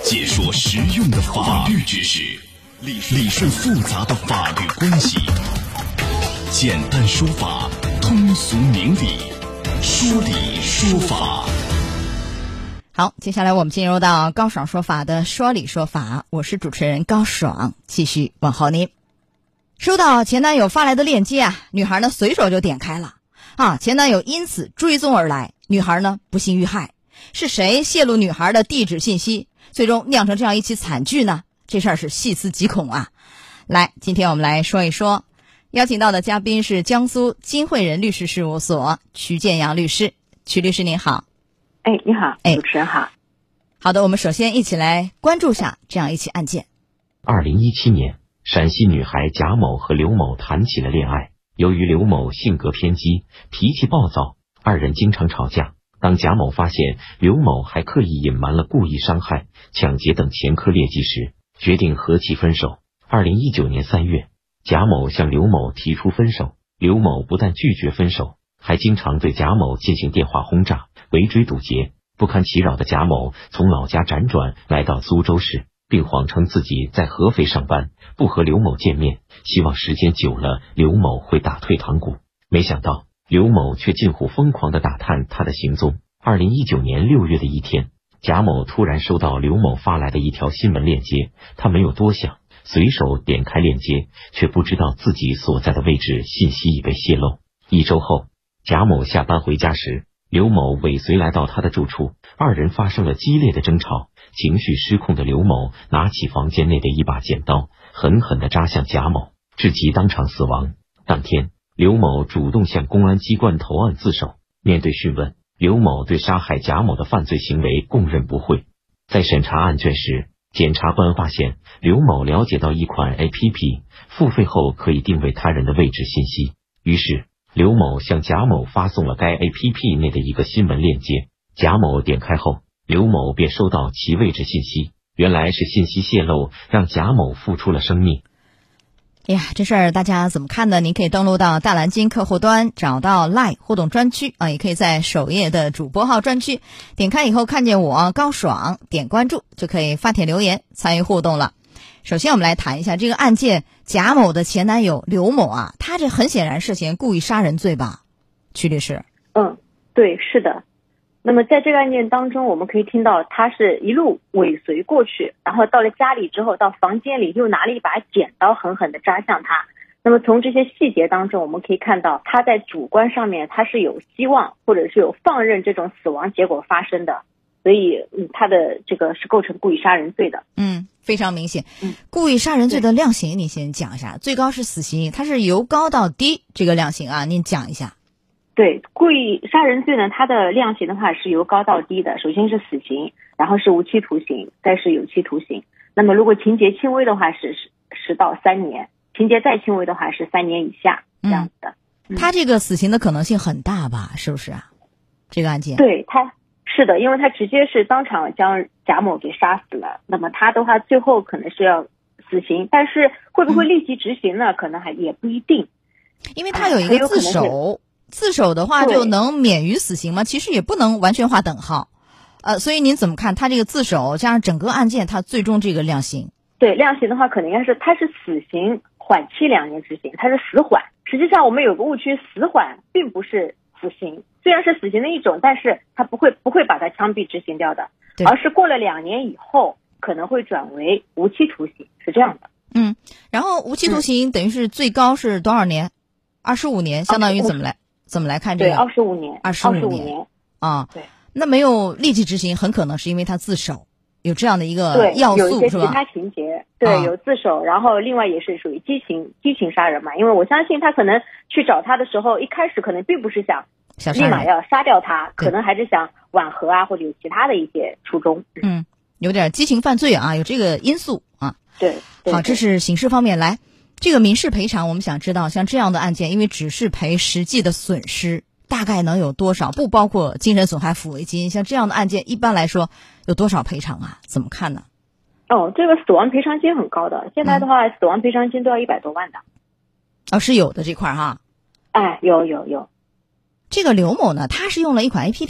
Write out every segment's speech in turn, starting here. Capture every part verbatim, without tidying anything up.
解说实用的法律知识，理理顺复杂的法律关系，简单说法，通俗明理，说理说法。 好，接下来我们进入到高爽说法的说理说法，我是主持人高爽，继续问候您。收到前男友发来的链接啊，女孩呢随手就点开了啊，前男友因此追踪而来，女孩呢不幸遇害。是谁泄露女孩的地址信息，最终酿成这样一起惨剧呢？这事儿是细思极恐啊！来，今天我们来说一说，邀请到的嘉宾是江苏金汇仁律师事务所曲建阳律师。曲律师您好。 哎，你好， 哎， 主持人好。 好的，我们首先一起来关注下这样一起案件。 二零一七年，陕西女孩贾某和刘某谈起了恋爱。由于刘某性格偏激，脾气暴躁，二人经常吵架。当贾某发现刘某还刻意隐瞒了故意伤害、抢劫等前科劣迹时，决定和其分手。二零一九年三月，贾某向刘某提出分手，刘某不但拒绝分手，还经常对贾某进行电话轰炸、围追堵截。不堪其扰的贾某从老家辗转来到苏州市，并谎称自己在合肥上班，不和刘某见面，希望时间久了刘某会打退堂鼓。没想到刘某却近乎疯狂地打探他的行踪。二零一九年六月的一天，贾某突然收到刘某发来的一条新闻链接，他没有多想，随手点开链接，却不知道自己所在的位置信息已被泄露。一周后，贾某下班回家时，刘某尾随来到他的住处，二人发生了激烈的争吵。情绪失控的刘某拿起房间内的一把剪刀，狠狠地扎向贾某，致其当场死亡。当天，刘某主动向公安机关投案自首。面对讯问，刘某对杀害贾某的犯罪行为供认不讳。在审查案卷时，检察官发现刘某了解到一款 A P P 付费后可以定位他人的位置信息，于是刘某向贾某发送了该 A P P 内的一个新闻链接。贾某点开后，刘某便收到其位置信息，原来是信息泄露让贾某付出了生命。 哎呀，这事儿大家怎么看呢？您可以登录到大蓝鲸客户端，找到 Line 互动专区啊，也可以在首页的主播号专区点开以后看见我高爽，点关注就可以发帖留言参与互动了。首先我们来谈一下这个案件，贾某的前男友刘某啊，他这很显然涉嫌故意杀人罪吧？曲律师。 嗯，对，是的。那么在这个案件当中，我们可以听到他是一路尾随过去，然后到了家里之后，到房间里又拿了一把剪刀狠狠地扎向他。那么从这些细节当中，我们可以看到他在主观上面他是有希望或者是有放任这种死亡结果发生的，所以嗯，他的这个是构成故意杀人罪的。 嗯，非常明显。 嗯， 故意杀人罪的量刑你先讲一下，最高是死刑，它是由高到低这个量刑啊，您讲一下。 对，故意杀人罪呢，它的量刑的话是由高到低的，首先是死刑，然后是无期徒刑，再是有期徒刑。那么如果情节轻微的话是十到三年，情节再轻微的话是三年以下这样子的。 嗯嗯、他这个死刑的可能性很大吧？是不是啊？这个案件？ 对，他是的，因为他直接是当场将贾某给杀死了，那么他的话最后可能是要死刑，但是会不会立即执行呢？嗯、可能还也不一定， 因为他有一个自首。自首的话就能免于死刑吗？其实也不能完全划等号，呃，所以您怎么看他这个自首加上整个案件他最终这个量刑？ 对，量刑的话可能应该是他是死刑缓期两年执行，他是死缓。实际上我们有个误区，死缓并不是死刑，虽然是死刑的一种，但是他不会不会把它枪毙执行掉的，而是过了两年以后可能会转为无期徒刑，是这样的。 嗯，然后无期徒刑等于是最高是多少年？二十五年，相当于怎么来？怎么来看这个？ 对，二十五年， 二十五年啊。 对， 那没有立即执行，很可能是因为他自首，有这样的一个要素，是吧？ 有一些其他情节，对，啊、有自首，然后另外也是属于激情激情杀人嘛。因为我相信他可能去找他的时候，一开始可能并不是想立马要杀掉他，可能还是想挽和啊，或者有其他的一些初衷。 嗯，有点激情犯罪啊，有这个因素啊。 对，对好，这是刑事方面来。这个民事赔偿，我们想知道，像这样的案件，因为只是赔实际的损失，大概能有多少？不包括精神损害抚慰金，像这样的案件，一般来说有多少赔偿啊？怎么看呢？ 哦，这个死亡赔偿金很高的，现在的话，嗯、死亡赔偿金都要一百多万的。 哦，是有的这块哈。 哎，有有有。 这个刘某呢，他是用了一款 A P P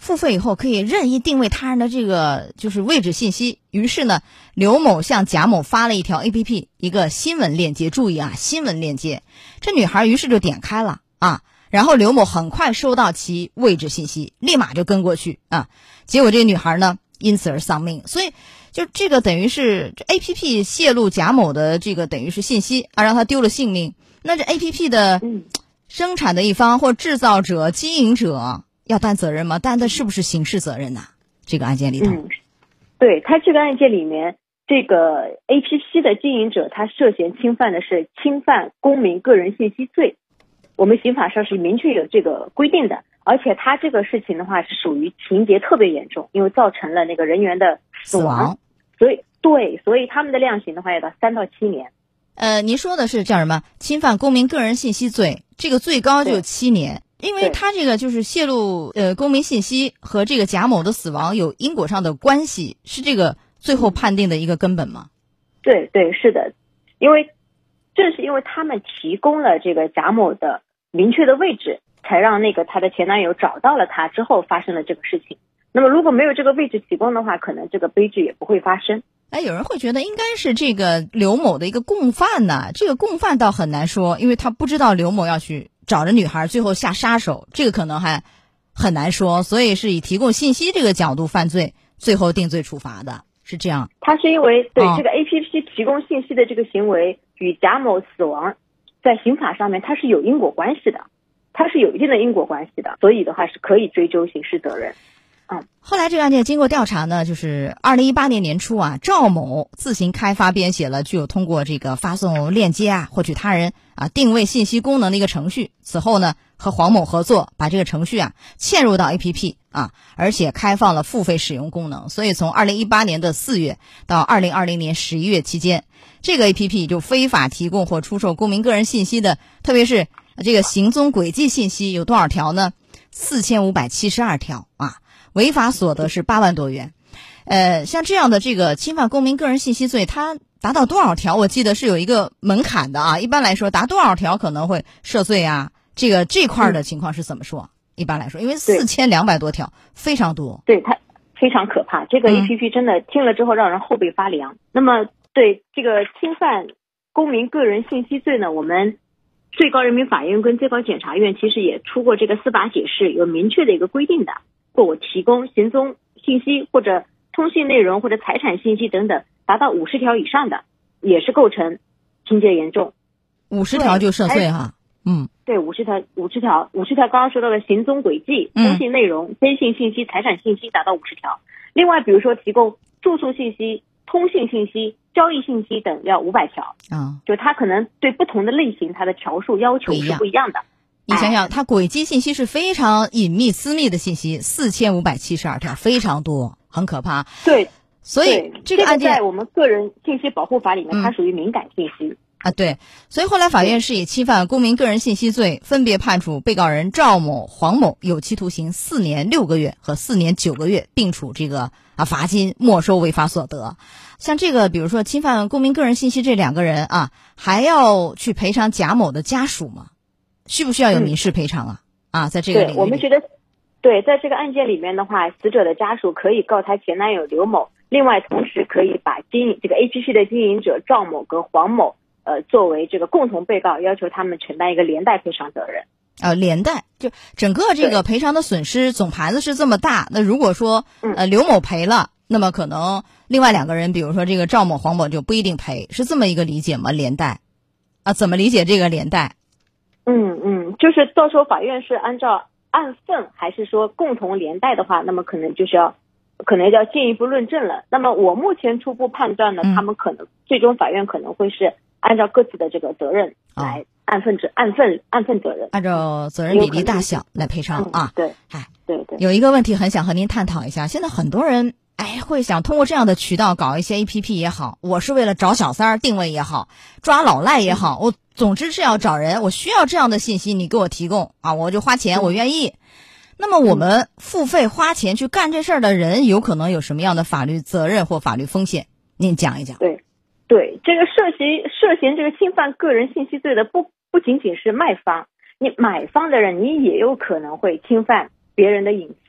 付费以后可以任意定位他人的这个就是位置信息。于是呢，刘某向贾某发了一条 A P P， 一个新闻链接。注意啊，新闻链接。这女孩于是就点开了啊，然后刘某很快收到其位置信息，立马就跟过去啊。结果这个女孩呢，因此而丧命。所以就这个等于是这 A P P 泄露贾某的这个等于是信息啊，让他丢了性命。那这 A P P 的生产的一方或制造者、经营者要担责任吗？担的是不是刑事责任呢？这个案件里头， 嗯，对，他这个案件里面，这个 A P P 的经营者他涉嫌侵犯的是侵犯公民个人信息罪，我们刑法上是明确有这个规定的，而且他这个事情的话是属于情节特别严重，因为造成了那个人员的死亡，死亡所以对，所以他们的量刑的话要到三到七年。 呃，您说的是叫什么？侵犯公民个人信息罪，这个最高就七年。因为他这个就是泄露呃公民信息和这个贾某的死亡有因果上的关系，是这个最后判定的一个根本吗？ 对对，是的，因为正是因为他们提供了这个贾某的明确的位置，才让那个他的前男友找到了他之后发生了这个事情。那么如果没有这个位置提供的话，可能这个悲剧也不会发生。 哎，有人会觉得应该是这个刘某的一个共犯呢，这个共犯倒很难说，因为他不知道刘某要去找着女孩最后下杀手，这个可能还很难说，所以是以提供信息这个角度犯罪，最后定罪处罚的，是这样。 他是因为对、 哦、 这个 A P P 提供信息的这个行为与贾某死亡在刑法上面它是有因果关系的，它是有一定的因果关系的，所以的话是可以追究刑事责任。嗯， 后来这个案件经过调查呢，就是二零一八年年初啊，赵某自行开发编写了具有通过这个发送链接啊，获取他人啊定位信息功能的一个程序。此后呢，和黄某合作，把这个程序啊嵌入到 A P P 啊，而且开放了付费使用功能。所以从二零一八年的四月到二零二零年十一月期间，这个 A P P 就非法提供或出售公民个人信息的，特别是这个行踪轨迹信息有多少条呢？四千五百七十二条啊。违法所得是八万多元，呃，像这样的这个侵犯公民个人信息罪，它达到多少条？我记得是有一个门槛的啊。一般来说，达多少条可能会涉罪啊？这个这块的情况是怎么说？嗯、一般来说，因为四千两百多条，非常多。 对，它非常可怕。这个 A P P 真的听了之后让人后背发凉。嗯、那么，对这个侵犯公民个人信息罪呢，我们最高人民法院跟最高检察院其实也出过这个司法解释，有明确的一个规定的。或我提供行踪信息或者通信内容或者财产信息等等，达到五十条以上的，也是构成情节严重。 五十条就涉罪哈，嗯， 对，五十条，五十条，五十条，刚刚说到的行踪轨迹、通信内容、征信信息、财产信息达到五十条。另外，比如说提供住宿信息、通信信息、交易信息等要五百条啊，就它可能对不同的类型，它的条数要求是不一样的。 你想想，它轨迹信息是非常隐秘私密的信息，四千五百七十二条，非常多，很可怕。 对， 所以这个案件、 这个、在我们个人信息保护法里面，它属于敏感信息、 嗯、啊。对，所以后来法院是以侵犯公民个人信息罪，分别判处被告人赵某、黄某有期徒刑四年六个月和四年九个月，并处这个啊罚金，没收违法所得。像这个，比如说侵犯公民个人信息这两个人啊，还要去赔偿贾某的家属吗？需不需要有民事赔偿啊？嗯、啊，在这个领域里， 对，我们觉得，对，在这个案件里面的话，死者的家属可以告他前男友刘某，另外同时可以把经营这个 A P P 的经营者赵某跟黄某，呃，作为这个共同被告，要求他们承担一个连带赔偿责任。 呃，连带就整个这个赔偿的损失总盘子是这么大，那如果说呃刘某赔了，那么可能另外两个人，比如说这个赵某、黄某就不一定赔，是这么一个理解吗？连带啊，怎么理解这个连带？ 嗯嗯，就是到时候法院是按照按份还是说共同连带的话，那么可能就是要可能要进一步论证了。那么我目前初步判断呢，嗯、他们可能最终法院可能会是按照各自的这个责任来按份责、哦、按份按份责任， 按照责任比例大小来赔偿、嗯、啊。 对， 哎， 对对。 有一个问题很想和您探讨一下，现在很多人哎会想通过这样的渠道搞一些 A P P 也好，我是为了找小三儿定位也好，抓老赖也好，我总之是要找人，我需要这样的信息，你给我提供啊，我就花钱，我愿意。那么我们付费花钱去干这事儿的人，有可能有什么样的法律责任或法律风险？您讲一讲。 对，对，这个涉嫌涉嫌这个侵犯个人信息罪的不不仅仅是卖方，你买方的人你也有可能会侵犯别人的隐私，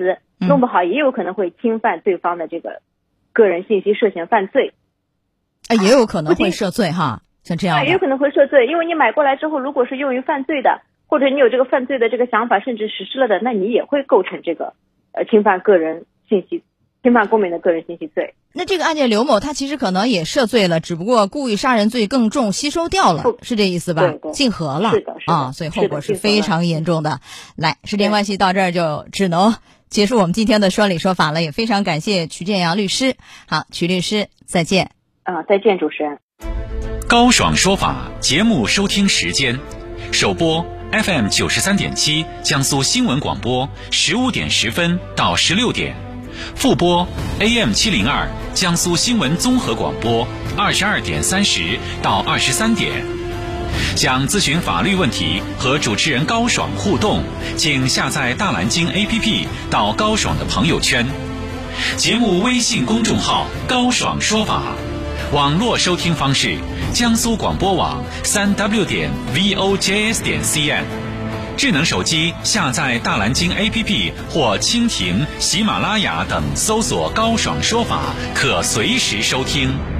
弄不好也有可能会侵犯对方的这个个人信息，涉嫌犯罪。 啊，也有可能会涉罪哈，像这样的。 也有可能会涉罪，因为你买过来之后，如果是用于犯罪的，或者你有这个犯罪的这个想法，甚至实施了的，那你也会构成这个呃侵犯个人信息、侵犯公民的个人信息罪。 那这个案件刘某他其实可能也涉罪了，只不过故意杀人罪更重，吸收掉了，是这意思吧？ 对对， 竞合了， 是的，是的啊，所以后果是非常严重的。来，时间关系到这儿就只能结束我们今天的说理说法了，也非常感谢曲建阳律师。好，曲律师，再见。 啊、呃，再见，主持人。 高爽说法节目收听时间：首播 F M 九十三点七江苏新闻广播十五点十分到十六点，复播 A M 七零二江苏新闻综合广播二十二点三十到二十三点。想咨询法律问题和主持人高爽互动，请下载大蓝鲸 A P P 到高爽的朋友圈。节目微信公众号高爽说法。网络收听方式：江苏广播网三 w 点 v o j s 点 c n。智能手机下载大蓝鲸 A P P 或蜻蜓、喜马拉雅等，搜索高爽说法，可随时收听。